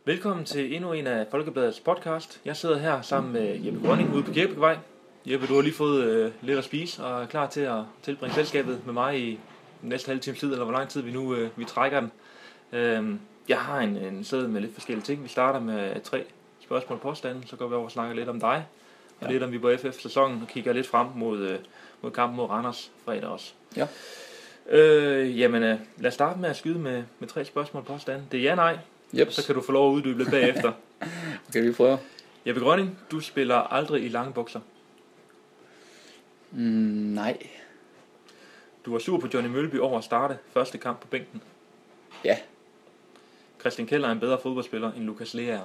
Velkommen til endnu en af Folkebladets podcast. Jeg sidder her sammen med Jeppe Grønning ude på Kirkebækvej. Jeppe, du har lige fået lidt at spise og er klar til at tilbringe selskabet med mig i den næste halve times tid, eller hvor lang tid vi trækker den. Jeg har en seddel med lidt forskellige ting. Vi starter med 3 spørgsmål og påstande, så går vi over og snakker lidt om dig, og lidt om Viborg FF-sæsonen, og kigger lidt frem mod kampen mod Randers fredag også. Ja. Lad os starte med at skyde med 3 spørgsmål og påstande. Det er ja-nej. Yep. Så kan du få lov at uddybe lidt bagefter. Okay, vi prøver. Jeppe Grønning, du spiller aldrig i lange bukser. Nej. Du var sur på Johnny Mølby over at starte første kamp på bænken. Ja. Christian Keller er en bedre fodboldspiller end Lukas Lea.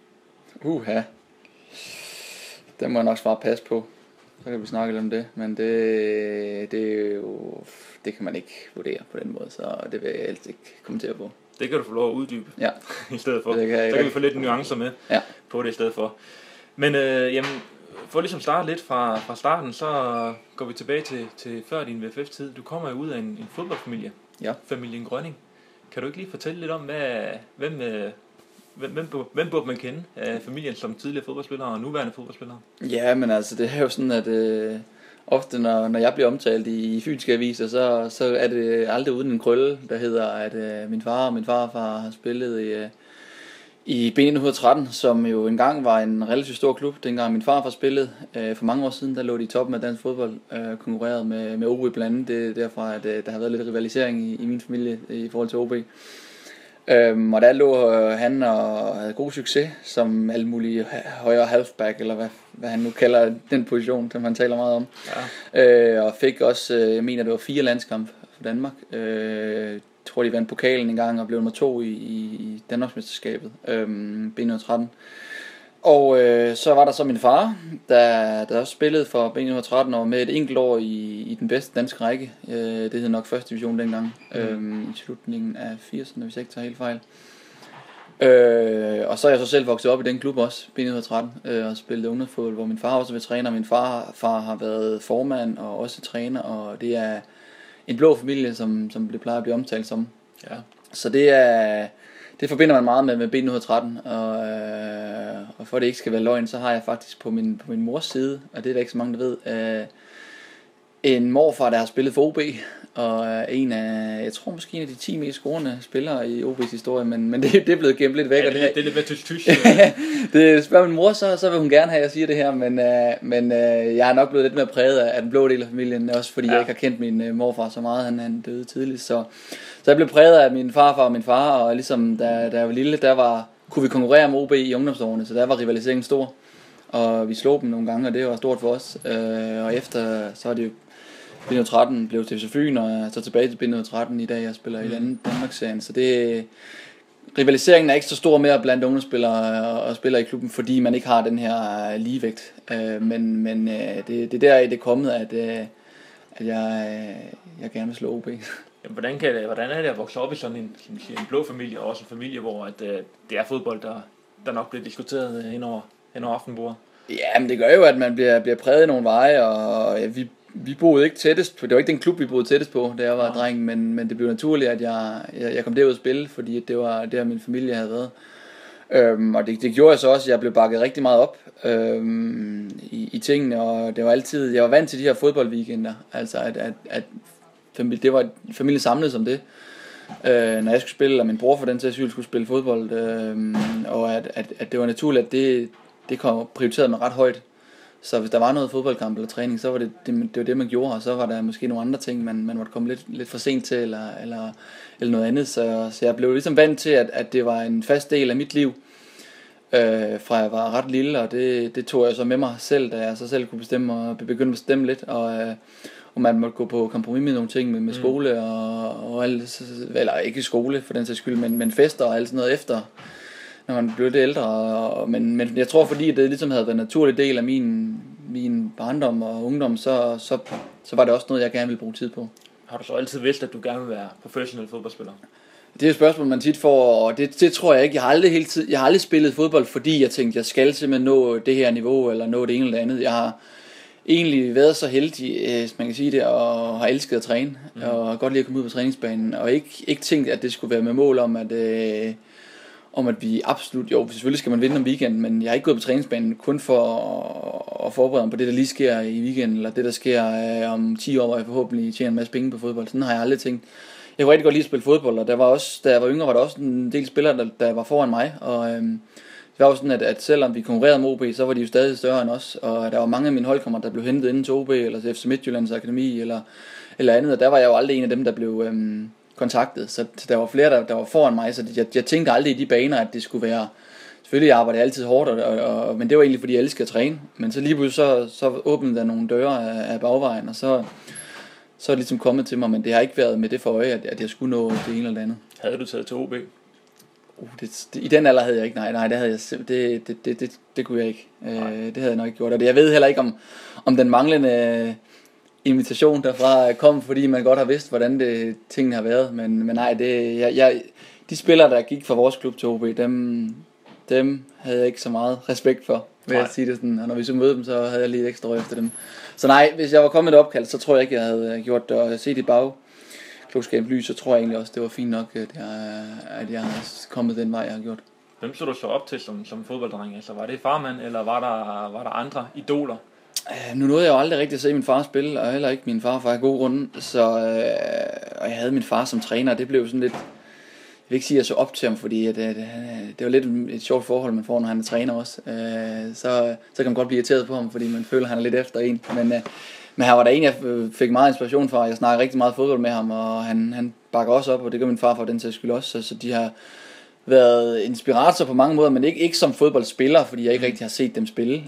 Den må jeg nok svare pas på. Så kan vi snakke lidt om det. Men det er jo, det kan man ikke vurdere på den måde, så det vil jeg helst ikke kommentere på. Det kan du få lov at uddybe i stedet for. Så kan vi få lidt nuancer med på det i stedet for. Men for at ligesom starte lidt fra starten, så går vi tilbage til før din VFF-tid. Du kommer jo ud af en fodboldfamilie, familien Grønning. Kan du ikke lige fortælle lidt om, hvem burde man kende af familien som tidligere fodboldspillere og nuværende fodboldspillere? Ja, men altså det er jo sådan, at ofte når jeg bliver omtalt i fynske aviser, så er det aldrig uden en krølle, der hedder, at min far og min farfar har spillet i B1913, som jo engang var en relativt stor klub. Dengang min farfar spillede for mange år siden, der lå de i toppen af dansk fodbold, konkurreret med OB blandt andet. Det er derfra, at der har været lidt rivalisering i min familie i forhold til OB. Og der lå han og havde god succes som alle mulige højre halfback, eller hvad han nu kalder den position, som han taler meget om. Ja. Og fik også, jeg mener det var 4 landskampe for Danmark. Jeg tror de vandt pokalen en gang og blev nummer 2 i Danmarksmesterskabet, B1913. Og så var der så min far, der også spillede for B1913 og var med et enkelt år i den bedste danske række. Det hed nok første division dengang, i slutningen af 80'erne, hvis jeg ikke tager helt fejl. Og så er jeg så selv vokset op i den klub også, B1913, og spillet ungdomsfodbold, hvor min far også var træner. Min far har været formand og også træner, og det er en blå familie, som det plejer at blive omtalt som. Ja. Så det forbinder man meget med B1913, og for at det ikke skal være løgn, så har jeg faktisk på min mors side, og det er der ikke så mange, der ved, en morfar, der har spillet for OB, og jeg tror måske en af de 10 mest scorende spillere i OB's historie, men det er blevet gemt lidt væk. Ja, det er lidt mere tysk. Det spørger min mor, så vil hun gerne have, at jeg siger det her, men jeg er nok blevet lidt mere præget af den blå del af familien, også fordi jeg ikke har kendt min morfar så meget, han døde tidligt, så jeg blev præget af min farfar og min far, og ligesom da jeg var lille, kunne vi konkurrere med OB i ungdomsårene, så der var rivaliseringen stor, og vi slog dem nogle gange, og det var stort for os, og efter så er det jo B1913 blev til Fyn, og så tilbage til B1913 i dag, jeg spiller i Danmarksserien, så rivaliseringen er ikke så stor mere blandt ungdomsspillere og spillere i klubben, fordi man ikke har den her ligevægt, men det er der det er kommet, at jeg gerne vil slå OB. Jamen, hvordan er det at vokse op i sådan en blå familie, og også en familie, hvor det er fodbold, der nok bliver diskuteret hen over aftenbordet? Ja, men det gør jo, at man bliver præget i nogle veje, og vi boede ikke tættest på, det var ikke den klub, vi boede tættest på, da jeg var dreng, men det blev naturligt, at jeg kom derud at spille, fordi det var der min familie havde været. Og det gjorde jeg så også, jeg blev bakket rigtig meget op i tingene, og det var altid, jeg var vant til de her fodboldweekender, altså at det var familien samlet som det, når jeg skulle spille, eller min bror for den sags skyld skulle spille fodbold, og at det var naturligt, at det kom prioriteret mig ret højt. Så hvis der var noget fodboldkamp eller træning, så var det man gjorde, og så var der måske nogle andre ting, man måtte komme lidt for sent til, eller noget andet. Så jeg blev ligesom vant til, at det var en fast del af mit liv, fra jeg var ret lille, og det tog jeg så med mig selv, da jeg så selv kunne bestemme og begynde at bestemme lidt, og man måtte gå på kompromis med nogle ting med skole og alt, eller ikke skole for den sags skyld, men fester og alt sådan noget efter, når man blev lidt ældre, men jeg tror, fordi det ligesom havde været en naturlig del af min barndom og ungdom, så var det også noget, jeg gerne ville bruge tid på. Har du så altid vidst, at du gerne vil være professionel fodboldspiller? Det er et spørgsmål, man tit får, og det tror jeg ikke. Jeg har aldrig spillet fodbold, fordi jeg tænkte, jeg skal simpelthen nå det her niveau, eller nå det ene eller andet. Jeg har egentlig været så heldig, hvis man kan sige det, og har elsket at træne, og godt lide at komme ud på træningsbanen, og ikke tænkt, at det skulle være med mål om, at om at vi absolut, jo selvfølgelig skal man vinde om weekenden, men jeg har ikke gået på træningsbanen kun for at forberede mig på det, der lige sker i weekenden, eller det, der sker om 10 år, hvor jeg forhåbentlig tjener en masse penge på fodbold. Sådan har jeg aldrig tænkt. Jeg kunne rigtig godt lide at spille fodbold, og der var også, da jeg var yngre, var der også en del spillere, der var foran mig, og det var jo sådan, at selvom vi konkurrerede med OB, så var de jo stadig større end os, og der var mange af mine holdkammerater, der blev hentet inden til OB, eller til FC Midtjyllands Akademi, eller andet, og der var jeg jo aldrig en af dem, der blev kontaktet, så der var flere, der var foran mig, så jeg tænkte aldrig i de baner, at det skulle være, selvfølgelig jeg arbejdede altid hårdt, men det var egentlig, fordi jeg elskede at træne, men så lige pludselig så åbnede der nogle døre af bagvejen, og så er det ligesom kommet til mig, men det har ikke været med det for øje, at jeg skulle nå det ene eller det andet. Havde du taget til OB? I den alder havde jeg ikke, nej, det havde jeg det kunne jeg ikke. Det havde jeg nok ikke gjort, og jeg ved heller ikke om den manglende invitation derfra kom, fordi man godt har vidst, hvordan tingene har været, men nej, de spillere, der gik fra vores klub til OB, dem havde jeg ikke så meget respekt for, vil jeg sige det sådan, og når vi så mødte dem, så havde jeg lige et ekstra røg efter dem. Så nej, hvis jeg var kommet et opkald, så tror jeg ikke, jeg havde gjort det, og set i bagklogskabens lys, så tror jeg egentlig også, det var fint nok, at jeg har kommet den vej, jeg har gjort. Hvem så du så op til som fodbolddreng? Altså, var det farmand, eller var der andre idoler? Nu nåede jeg jo aldrig rigtig at se min far spille, og heller ikke min farfar af gode grunde, så og jeg havde min far som træner, og det blev sådan lidt, jeg vil ikke sige, at jeg så op til ham, fordi det var lidt et sjovt forhold, man får, når han er træner også. Så kan man godt blive irriteret på ham, fordi man føler, at han er lidt efter en. Men her var der en, jeg fik meget inspiration fra. Jeg snakker rigtig meget fodbold med ham, og han bakker også op, og det gør min far for den sags skyld også. Så de har været inspirator på mange måder, men ikke som fodboldspiller, fordi jeg ikke rigtig har set dem spille.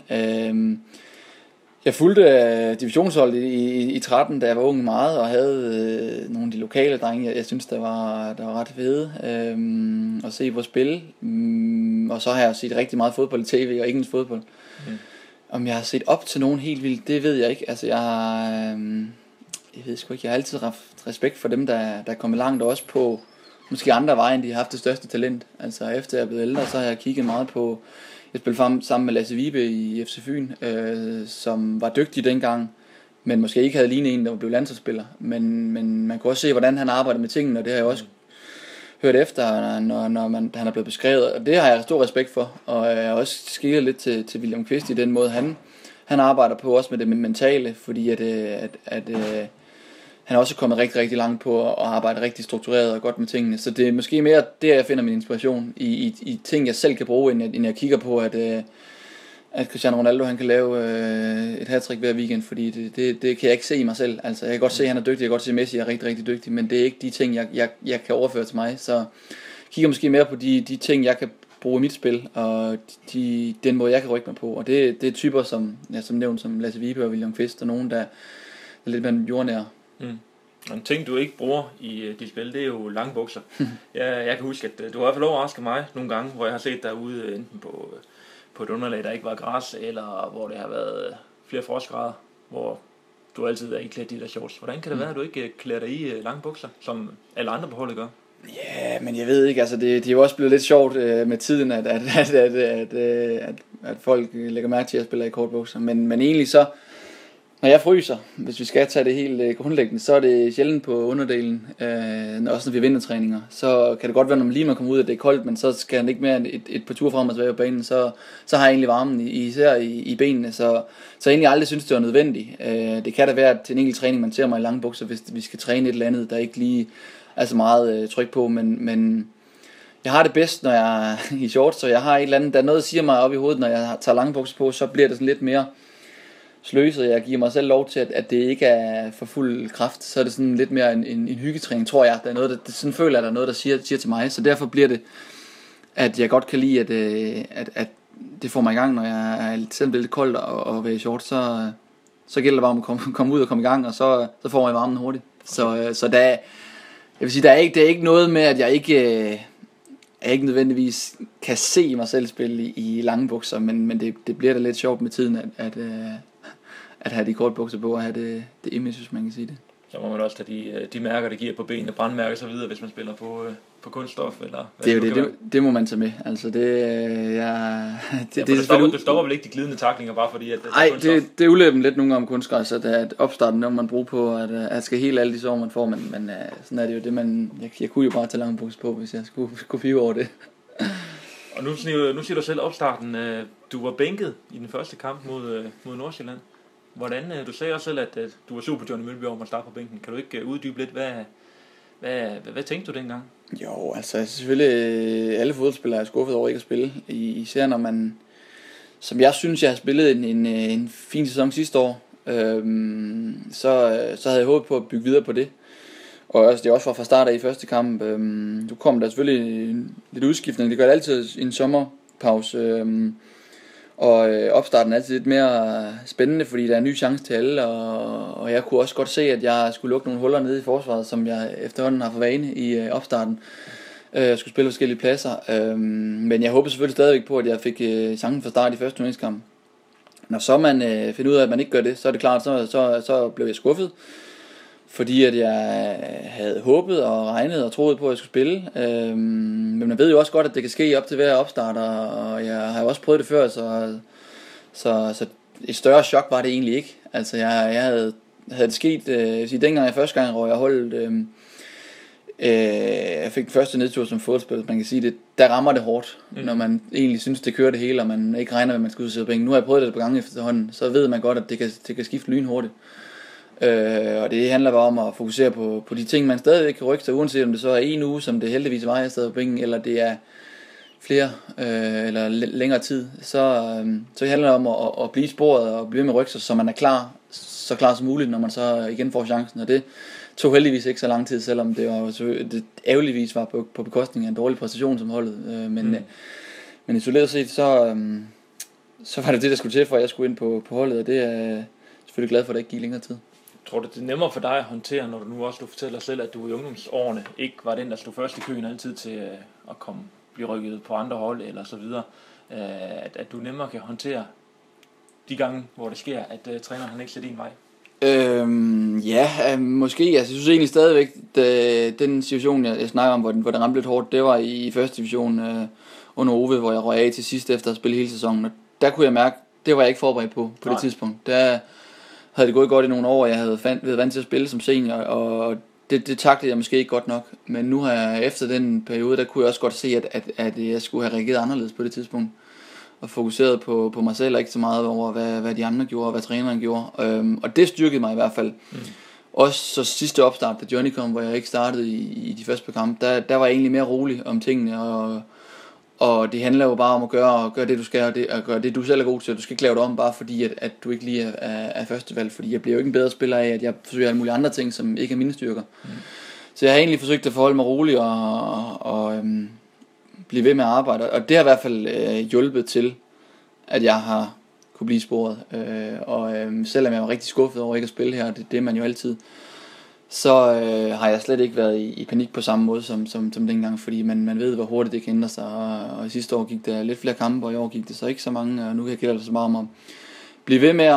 Jeg fulgte divisionsholdet i 13, da jeg var ung meget, og havde nogle af de lokale drenge, jeg synes, der var ret fede at se på spil. Og så har jeg set rigtig meget fodbold i tv og engelsk fodbold. Om jeg har set op til nogen helt vildt, det ved jeg ikke. Altså jeg ved sgu ikke, jeg har altid haft respekt for dem, der er kommet langt, og også på måske andre veje, end de har haft det største talent. Altså efter jeg er blevet ældre, så har jeg kigget meget på. Jeg spillede sammen med Lasse Vibe i FC Fyn, som var dygtig dengang, men måske ikke havde lignet en, der blev landsholdsspiller. Men man kunne også se, hvordan han arbejdede med tingene, og det har jeg også hørt efter, når han er blevet beskrevet. Og det har jeg stor respekt for, og jeg har også skrevet lidt til William Kvist i den måde, han arbejder på, også med det mentale, fordi at han er også kommet rigtig, rigtig langt på at arbejde rigtig struktureret og godt med tingene. Så det er måske mere der, jeg finder min inspiration i ting, jeg selv kan bruge, end jeg kigger på, at Cristiano Ronaldo han kan lave et hattrick hver weekend, fordi det kan jeg ikke se i mig selv. Altså, jeg kan godt se, at han er dygtig, jeg kan godt se, at Messi er rigtig, rigtig dygtig, men det er ikke de ting, jeg kan overføre til mig. Så jeg kigger måske mere på de ting, jeg kan bruge i mit spil, og den måde, jeg kan rykke mig på. Og det er typer, som nævnt, som Lasse Vibe og William Kvist, og nogen, der er lidt mere jordnære. En ting, du ikke bruger i dit spil, det er jo lange bukser. Jeg kan huske, at du har i hvert fald overrasket mig nogle gange, hvor jeg har set dig ude enten på et underlag, der ikke var græs, eller hvor det har været flere frostgrader, hvor du altid er iklædt i de der shorts. Hvordan kan det være, at du ikke klæder dig i lange bukser, som alle andre på holdet gør? Ja, men jeg ved ikke, altså det er jo også blevet lidt sjovt med tiden, at folk lægger mærke til at spille i kortbukser, men egentlig så, når jeg fryser, hvis vi skal tage det helt grundlæggende, så er det sjældent på underdelen, også når vi vinder træninger. Så kan det godt være, når man kommer ud, at det er koldt, men så skal han ikke mere end et par ture frem og tilbage på banen, så har jeg egentlig varmen, især i benene, så jeg egentlig aldrig synes, det var nødvendigt. Det kan da være til en enkelt træning, man ser mig i lange bukser, hvis vi skal træne et eller andet, der ikke lige er så meget tryk på, men jeg har det bedst, når jeg er i shorts, så jeg har et eller andet, der er noget, der siger mig op i hovedet, når jeg tager lange bukser på, så bliver det sådan lidt mere sløset. Jeg giver mig selv lov til, at det ikke er for fuld kraft, så er det sådan lidt mere en hyggetræning, tror jeg. Der er noget, sådan føler jeg, der er noget, der siger til mig, så derfor bliver det, at jeg godt kan lide, at det får mig i gang, når jeg er selv lidt koldt og være i shorts, så gælder det bare om at komme ud og komme i gang, og så får jeg varmen hurtigt. Så der, jeg vil sige, der er ikke noget med, at jeg ikke nødvendigvis kan se mig selv spille i lange bukser, men det bliver da lidt sjovt med tiden, at have de korte bukser på, og have det image, hvis man kan sige det. Så må man også tage de mærker, der giver på benene, brandmærker og så videre, hvis man spiller på kunststof, eller det er jo det må man tage med. Altså du stopper vel ikke de glidende taklinger, bare fordi at nej, det ulempen lidt nogle gange om kunstgræs, at opstarten når man bruger på at skal hele alle de sår man får, men sådan er det jo det man jeg kunne jo bare tage lange bukser på, hvis jeg skulle pive over det. Og nu siger du selv opstarten. Du var bænket i den første kamp mod Nordsjælland. Hvordan, du sagde også selv, at du var super Johnny Mølby om at starte på bænken. Kan du ikke uddybe lidt, hvad tænkte du dengang? Jo, altså selvfølgelig alle fodboldspillere er skuffet over ikke at spille. Især når man, som jeg synes, jeg har spillet en fin sæson sidste år, så havde jeg håbet på at bygge videre på det. Og altså, det også var fra start af i første kamp. Nu kom der selvfølgelig lidt udskiftning. Det gør det altid i en sommerpause. Og opstarten er altid lidt mere spændende, fordi der er en ny chance til alle. Og jeg kunne også godt se, at jeg skulle lukke nogle huller nede i forsvaret, som jeg efterhånden har for vane i opstarten. Jeg skulle spille forskellige pladser. Men jeg håber selvfølgelig stadigvæk på, at jeg fik chancen fra start i første turneringskamp. Når så man finder ud af, at man ikke gør det, så er det klart, så blev jeg skuffet. Fordi at jeg havde håbet og regnet og troet på, at jeg skulle spille. Men man ved jo også godt, at det kan ske op til hver opstart, og jeg har jo også prøvet det før, så et større chok var det egentlig ikke. Altså jeg havde det sket, dengang jeg første gang, hvor jeg holdt, jeg fik den første nedtur som fodboldspiller, man kan sige det, der rammer det hårdt, når man egentlig synes, det kører det hele, og man ikke regner med, at man skal udsætte penge. Nu har jeg prøvet det på gange efterhånden, så ved man godt, at det kan skifte lynhurtigt. Og det handler bare om at fokusere på de ting, man stadigvæk kan rykke sig, uanset om det så er en uge, som det heldigvis var, jeg stadig på bænken, eller det er flere eller længere tid, så handler det om at blive sporet og blive med rykke sig, så man er så klar som muligt, når man så igen får chancen. Og det tog heldigvis ikke så lang tid, selvom det ærgerligvis var på bekostning af en dårlig præstation som holdet. Men isoleret set, så var det der skulle til, for at jeg skulle ind på holdet, og det er jeg selvfølgelig glad for, at det ikke gik længere tid. Tror du, det er nemmere for dig at håndtere, når du nu også fortæller selv, at du i ungdomsårene ikke var den, der stod først i køen altid til at blive rykket på andre hold eller så videre, at du nemmere kan håndtere de gange, hvor det sker, at træneren han ikke sætter din vej? Måske. Altså, jeg synes egentlig stadigvæk, den situation, jeg snakker om, hvor det ramte lidt hårdt, det var i første division under Ove, hvor jeg røg af til sidst efter at spille hele sæsonen. Og der kunne jeg mærke, det var jeg ikke forberedt på det tidspunkt. Der havde det gået godt i nogle år, og jeg havde været vant til at spille som senior, og det taklede jeg måske ikke godt nok. Men nu har jeg efter den periode, der kunne jeg også godt se, at jeg skulle have reageret anderledes på det tidspunkt. Og fokuseret på mig selv, og ikke så meget over, hvad de andre gjorde, og hvad træneren gjorde. Og det styrkede mig i hvert fald. Også så sidste opstart, da Johnny kom, hvor jeg ikke startede i de første par kampe, der var jeg egentlig mere rolig om tingene, og det handler jo bare om at gøre det du skal, og gøre det du selv er god til. Du skal ikke lave det om, bare fordi at du ikke lige er førstevalg, fordi jeg bliver jo ikke en bedre spiller af, at jeg forsøger alle mulige andre ting, som ikke er mine styrker. Så jeg har egentlig forsøgt at forholde mig rolig og blive ved med at arbejde, og det har i hvert fald hjulpet til, at jeg har kunne blive sporet. Selvom jeg var rigtig skuffet over ikke at spille her, det er man jo altid, så har jeg slet ikke været i panik på samme måde som dengang, fordi man ved, hvor hurtigt det kan ændre sig, og sidste år gik der lidt flere kampe, og i år gik det så ikke så mange, og nu kan jeg gælde så meget om at blive ved med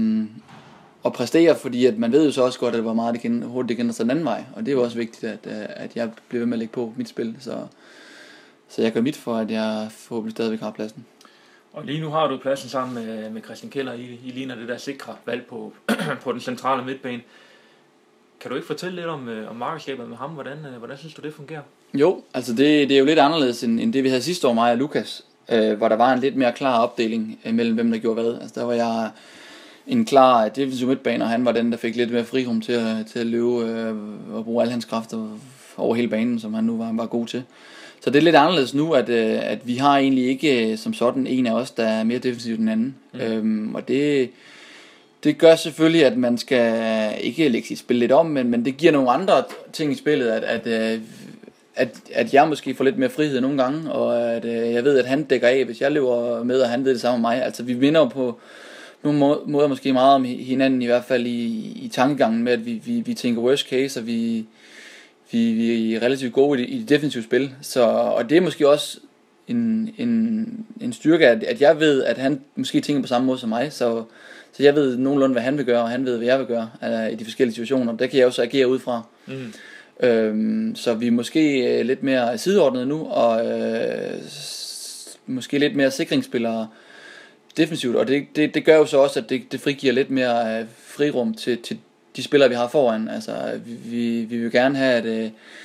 at præstere, fordi at man ved jo så også godt, at hvor meget hurtigt det kan ændre sig den anden vej, og det er jo også vigtigt, at jeg bliver ved med at lægge på mit spil, så jeg gør mit for, at jeg forhåbentlig stadigvæk har pladsen. Og lige nu har du pladsen sammen med Christian Keller. I ligner det der sikre valg på den centrale midtbane. Kan du ikke fortælle lidt om markedskabet med ham? Hvordan synes du, det fungerer? Jo, altså det er jo lidt anderledes end det, vi havde sidste år, mig og Lukas. Hvor der var en lidt mere klar opdeling mellem, hvem der gjorde hvad. Altså der var jeg en klar defensiv midtbane, og han var den, der fik lidt mere frirum til at løbe og bruge alle hans kræfter over hele banen, som han nu var god til. Så det er lidt anderledes nu, at vi har egentlig ikke som sådan en af os, der er mere defensiv end den anden. Og det gør selvfølgelig, at man skal ikke lægge sit spil lidt om, men det giver nogle andre ting i spillet, at jeg måske får lidt mere frihed nogle gange, og at jeg ved, at han dækker af, hvis jeg løber med, og han ved det samme med mig. Altså vi minder på nogle måder måske meget om hinanden, i hvert fald i tankegangen med, at vi tænker worst case, og vi er relativt gode i det defensive spil, og det er måske også en styrke, at jeg ved, at han måske tænker på samme måde som mig, så jeg ved nogenlunde, hvad han vil gøre, og han ved, hvad jeg vil gøre i de forskellige situationer. Der kan jeg også agere ud fra. Så vi er måske lidt mere sideordnede nu, og måske lidt mere sikringsspillere defensivt, og det gør jo så også, at det frigiver lidt mere frirum til de spillere, vi har foran. Altså, vi vil gerne have,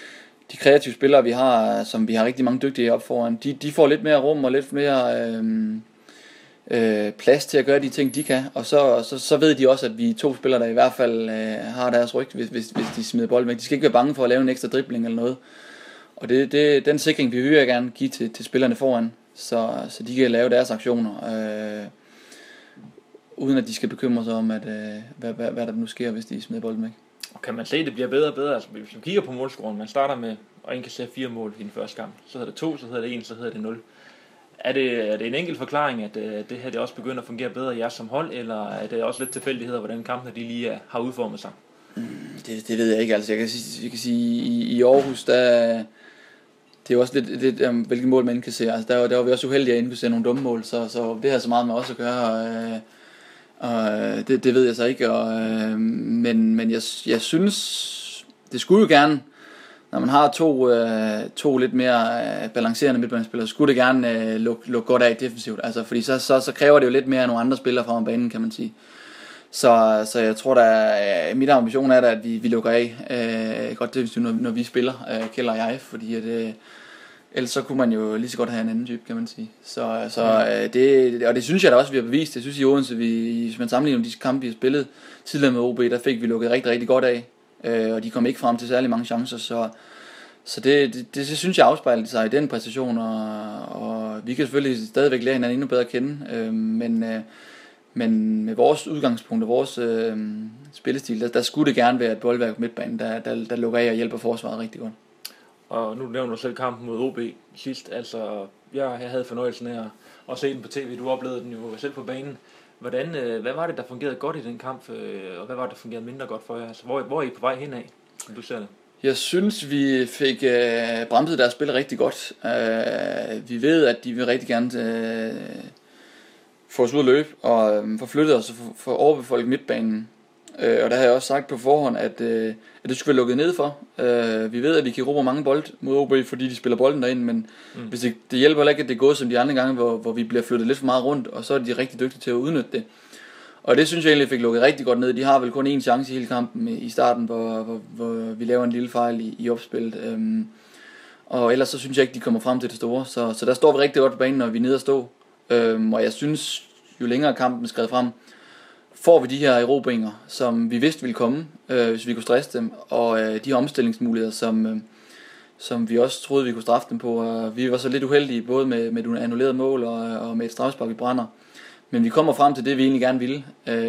de kreative spillere, vi har, som vi har rigtig mange dygtige op foran, de får lidt mere rum og lidt mere plads til at gøre de ting, de kan. Og så ved de også, at vi er 2 spillere, der i hvert fald har deres ryg, hvis de smider bolden væk. De skal ikke være bange for at lave en ekstra dribling eller noget. Og den sikring vil vi gerne give til spillerne foran, så de kan lave deres aktioner, uden at de skal bekymre sig om, hvad der nu sker, hvis de smider bolden væk. Og kan man se, at det bliver bedre og bedre? Altså, hvis man kigger på målscoren, man starter med at indkassere 4 mål i den første kamp. Så hedder det 2, så hedder det 1, så hedder det 0. Er det en enkelt forklaring, at det her det også begynder at fungere bedre i jer som hold, eller er det også lidt tilfældigheder, hvordan kampene de lige har udformet sig? Det ved jeg ikke. Altså, jeg kan sige i Aarhus, det er jo også lidt om, hvilke mål man kan se. Altså, der var vi også uheldige at indkassere nogle dumme mål, så det har så meget med os at gøre. Og det ved jeg så ikke. Men jeg synes, det skulle jo gerne, når man har to lidt mere balancerende midtbanespillere, skulle det gerne lukke godt af defensivt. Altså, fordi så kræver det jo lidt mere af nogle andre spillere fra banen, kan man sige. Så jeg tror da, mit ambition er da, at vi lukker af godt defensivt, når vi spiller, Kjeld og jeg, fordi at, ellers så kunne man jo lige så godt have en anden type, kan man sige. Det synes jeg da også, vi har bevist. Jeg synes i Odense, hvis man sammenligner de kampe, vi har spillet tidligere med OB, der fik vi lukket rigtig, rigtig godt af. Og de kom ikke frem til særlig mange chancer, så det synes jeg afspejler sig i den præstation, og vi kan selvfølgelig stadigvæk lære hinanden endnu bedre at kende, men med vores udgangspunkt og vores spillestil, der skulle det gerne være et boldværk på midtbanen, der lukker af og hjælper forsvaret rigtig godt. Og nu nævner du selv kampen mod OB sidst, altså jeg havde fornøjelsen af at se den på tv, du oplevede den jo selv på banen. Hvad var det, der fungerede godt i den kamp, og hvad var det, der fungerede mindre godt for jer? Altså, hvor er I på vej henad, som du ser det? Jeg synes, vi fik bremset deres spil rigtig godt. Vi ved, at de vil rigtig gerne få os ud at løbe og få flyttet os og få overbefolket midtbanen. Og der har jeg også sagt på forhånd, at det skulle være lukket ned for. Vi ved, at vi kan råbe mange bold mod OB, fordi de spiller bolden derind, men hvis det hjælper heller ikke, at det går som de andre gange, hvor vi bliver flyttet lidt for meget rundt, og så er de rigtig dygtige til at udnytte det. Og det synes jeg egentlig fik lukket rigtig godt ned. De har vel kun én chance i hele kampen i starten, hvor vi laver en lille fejl i opspillet. Og ellers så synes jeg ikke, de kommer frem til det store. Så der står vi rigtig godt på banen, når vi er nede at stå. Og jeg synes, jo længere kampen er skrevet frem, får vi de her erobringer, som vi vidste ville komme, hvis vi kunne stresse dem, og de her omstillingsmuligheder, som vi også troede, vi kunne straffe dem på. Og vi var så lidt uheldige, både med et annulleret mål og med et straffespark, vi brænder. Men vi kommer frem til det, vi egentlig gerne ville.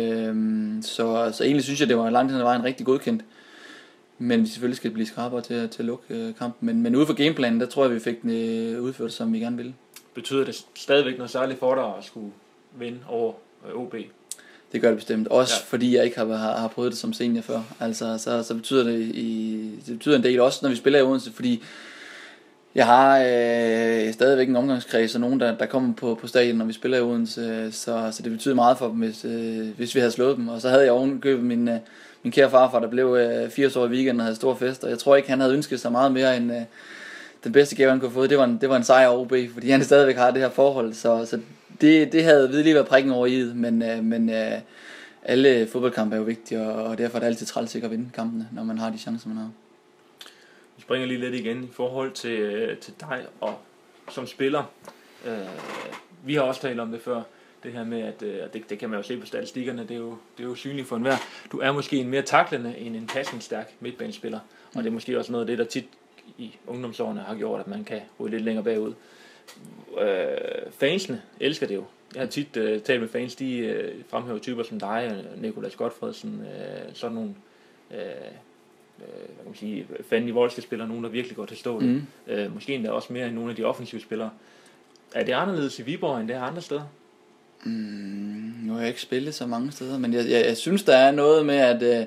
Så egentlig synes jeg, det var langt hen ad vejen rigtig godkendt. Men vi selvfølgelig skal blive skarpere til at lukke kampen. Men ude for gameplanen, der tror jeg, vi fik den udført, som vi gerne ville. Betyder det stadigvæk noget særligt for dig at skulle vinde over OB? Det gør det bestemt. Også fordi jeg ikke har prøvet det som senior før. Altså, så betyder det betyder en del også, når vi spiller i Odense, fordi jeg har stadigvæk en omgangskreds og nogen, der kommer på stadion, når vi spiller i Odense, så det betyder meget for dem, hvis vi havde slået dem. Og så havde jeg ovenkøbet min kære farfar, der blev 80 år i weekenden og havde stor fest, og jeg tror ikke, han havde ønsket sig meget mere end den bedste gave, han kunne få. Det var en sejr over OB, fordi han stadigvæk har det her forhold, så det havde virkelig været prikken over i det, men alle fodboldkampe er jo vigtige, og derfor er det altid træls at vinde kampene, når man har de chancer, man har. Vi springer lige lidt igen i forhold til dig og som spiller. Vi har også talt om det før, det her med, at det kan man jo se på statistikkerne, det er jo synligt for enhver. Du er måske en mere taklende end en passningsstærk midtbanespiller, og det er måske også noget af det, der tit i ungdomsårene har gjort, at man kan ryge lidt længere bagud. Fansene elsker det jo. Jeg har tit talt med fans, de fremhæver typer som dig, Nicolas Godfredsen, sådan nogle hvad kan man sige, fanden i voldske spillere, nogen der virkelig går til stå det. Måske endda også mere end nogle af de offensive spillere. Er det anderledes i Viborg, end det er andre steder? Nu har jeg ikke spillet så mange steder, men jeg synes, der er noget med,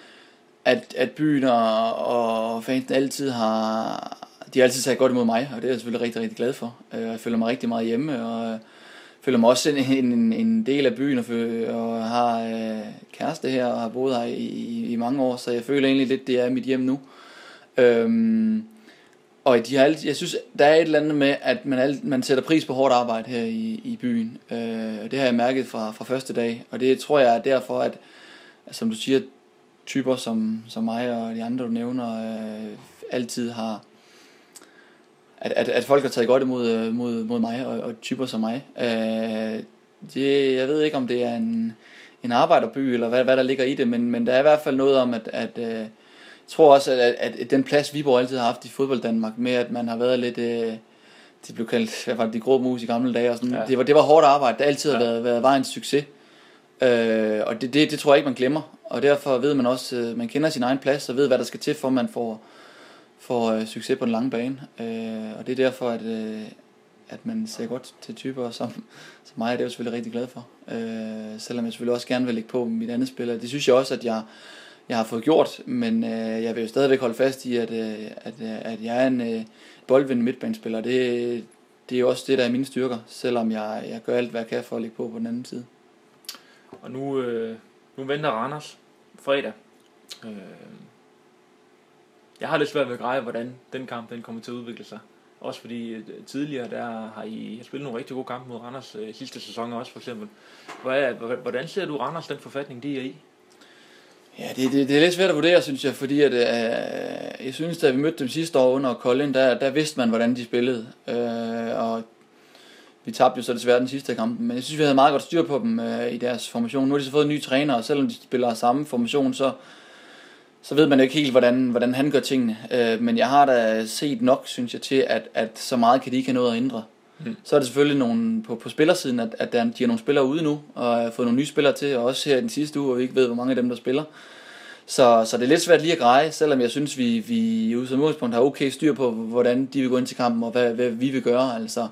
at byen og fansene altid har taget godt imod mig, og det er jeg selvfølgelig rigtig, rigtig glad for. Jeg føler mig rigtig meget hjemme, og føler mig også en del af byen, og har kæreste her, og har boet her i mange år, så jeg føler egentlig lidt, det er mit hjem nu. Og jeg synes, der er et eller andet med, at man sætter pris på hårdt arbejde her i byen. Det har jeg mærket fra første dag, og det tror jeg er derfor, at som du siger, typer som mig og de andre, du nævner, altid har at folk har taget godt imod mod mig og typer som mig. Jeg ved ikke, om det er en arbejderby, eller hvad der ligger i det, men der er i hvert fald noget om, at jeg tror også, at den plads, Viborg altid har haft i fodbold Danmark, med at man har været lidt, det blev kaldt, hvad var det, de grå mus i gamle dage, og sådan. Ja. Det var hårdt arbejde, det altid har været vejens succes, og det tror jeg ikke, man glemmer, og derfor ved man også, man kender sin egen plads, og ved, hvad der skal til, for man får succes på den lange bane, og det er derfor, at man ser godt til typer som mig, det er jeg selvfølgelig rigtig glad for. Selvom jeg selvfølgelig også gerne vil lægge på mit andet spiller. Det synes jeg også, at jeg har fået gjort, men jeg vil jo stadigvæk holde fast i, at jeg er en boldvindende midtbanespiller. Det er jo også det, der er mine styrker, selvom jeg gør alt, hvad jeg kan for at lægge på den anden side. Og nu venter Randers fredag. Jeg har lidt svært ved at greje, hvordan den kamp den kommer til at udvikle sig. Også fordi tidligere der har I spillet nogle rigtig gode kampe mod Randers sidste sæson også for eksempel. Hvordan ser du Randers, den forfatning de er i? Ja, det er lidt svært at vurdere, synes jeg, fordi at, jeg synes, da vi mødte dem sidste år under Kolding, der vidste man, hvordan de spillede. Og vi tabte jo så desværre den sidste kamp, men jeg synes, vi havde meget godt styr på dem i deres formation. Nu har de så fået en ny træner, og selvom de spiller samme formation, så ved man jo ikke helt, hvordan han gør tingene. Men jeg har da set nok, synes jeg, til, at så meget kan de ikke have noget at ændre. Så er det selvfølgelig nogle på spillersiden, at de har nogle spillere ude nu, og har fået nogle nye spillere til, og også her i den sidste uge, hvor vi ikke ved, hvor mange af dem, der spiller. Så det er lidt svært lige at greje, selvom jeg synes, vi ude som udgangspunkt har okay styr på, hvordan de vil gå ind til kampen, og hvad vi vil gøre. Altså,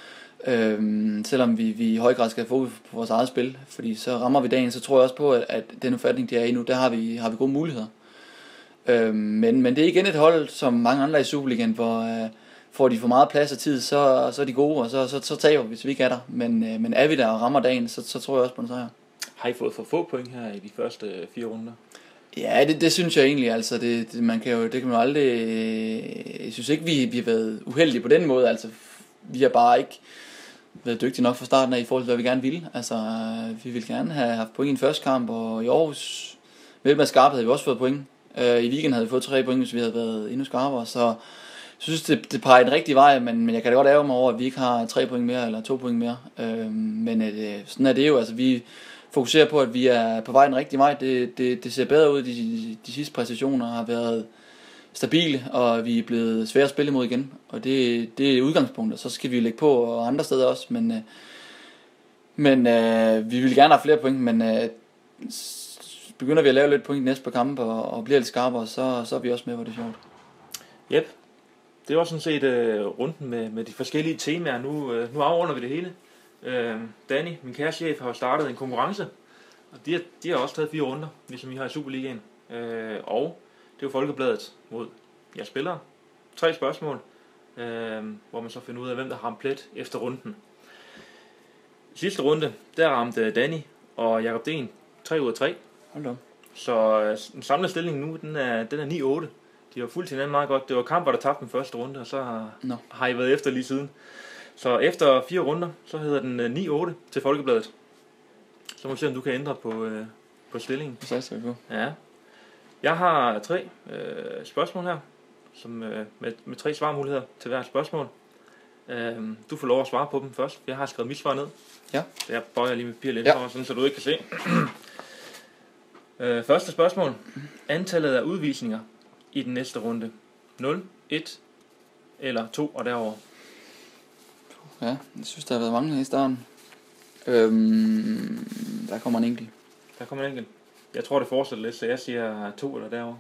selvom vi i høj grad skal fokus på vores eget spil, fordi så rammer vi dagen, så tror jeg også på, at den opfatning, de er i nu, der har vi gode muligheder. Men det er igen et hold, som mange andre i Superligaen, hvor får de for meget plads og tid, så er de gode, og så taber vi, hvis vi ikke er der. Men er vi der og rammer dagen, så tror jeg også på en sejr. Har I fået for få point her i de første 4 runder? Ja, det synes jeg egentlig. Altså, det kan man jo aldrig. Jeg synes ikke, vi har været uheldige på den måde. Altså, vi har bare ikke været dygtige nok fra starten af i forhold til, hvad vi gerne ville. Altså, vi ville gerne have haft point i en første kamp, og i Aarhus, med skarpt, havde vi også fået point. I weekenden havde vi fået 3 point, hvis vi havde været endnu skarpere, så jeg synes, det peger den rigtige vej, men jeg kan da godt ærge mig over, at vi ikke har 3 point mere, eller 2 point mere. Men sådan er det jo, altså vi fokuserer på, at vi er på vej den rigtige vej. Det ser bedre ud, de sidste præstationer har været stabile, og vi er blevet svære at spille imod igen. Og det er udgangspunktet, så skal vi lægge på og andre steder også, men vi vil gerne have flere point, men begynder vi at lave lidt point næste par kampe og bliver lidt skarpere, så er vi også med, hvor det er sjovt. Yep. Det var sådan set runden med de forskellige temaer. Nu afrunder vi det hele. Danny, min kære chef, har startet en konkurrence, og de har også taget 4 runder, ligesom vi har i Superligaen. Og det er jo Folkebladet mod jeres spillere. 3 spørgsmål, hvor man så finder ud af, hvem der har ramt plet efter runden. I sidste runde, der ramte Danny og Jakob Den 3 ud af 3. Hold da. Så den samlede stilling nu, den er 9-8. De har fulgt hinanden meget godt. Det var kamp, der tabte den første runde, og så har I været efter lige siden. Så efter 4 runder, så hedder den 9-8 til Folkebladet. Så må vi se, om du kan ændre på stillingen. Ja. Jeg har 3 spørgsmål her, som, med 3 svarmuligheder til hvert spørgsmål. Du får lov at svare på dem først. Jeg har skrevet mit svar ned. Ja. Så jeg bøjer lige med papir lidt for, sådan, så du ikke kan se. Første spørgsmål. Antallet af udvisninger i den næste runde. 0, 1 eller 2 og derover. Ja, jeg synes, der har været mange i starten. Der kommer en enkelt. Jeg tror, det fortsætter lidt, så jeg siger 2 eller derover.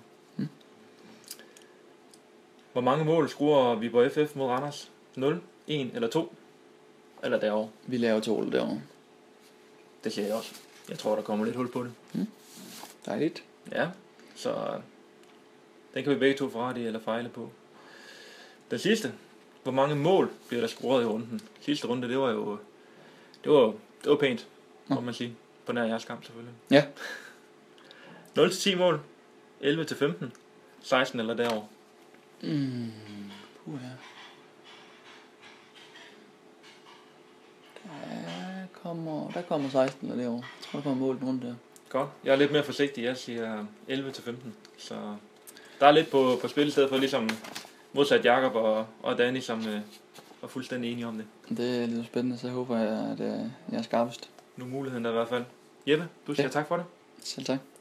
Hvor mange mål scorer Viborg FF mod Randers? 0, 1 eller 2 eller derover? Vi laver 2 eller derover. Det siger jeg også. Jeg tror, der kommer lidt hul på det. Dejligt. Ja, så den kan vi begge to få ret i eller fejle på. Den sidste. Hvor mange mål bliver der scoret i runden? Sidste runde, det var pænt, må man sige. På nær jeres kamp selvfølgelig. Ja. 0-10 mål. 11-15. 16 eller derover. Der kommer 16 eller derovre. Jeg tror, der kommer mål rundt der. Godt. Jeg er lidt mere forsigtig. Jeg siger 11-15. Så der er lidt på spil i stedet for ligesom modsat Jakob og Danny, som var fuldstændig enige om det. Det lyder spændende, så håber jeg, at jeg er skarpest. Nu muligheden der i hvert fald. Jeppe, du siger tak for det. Selv tak.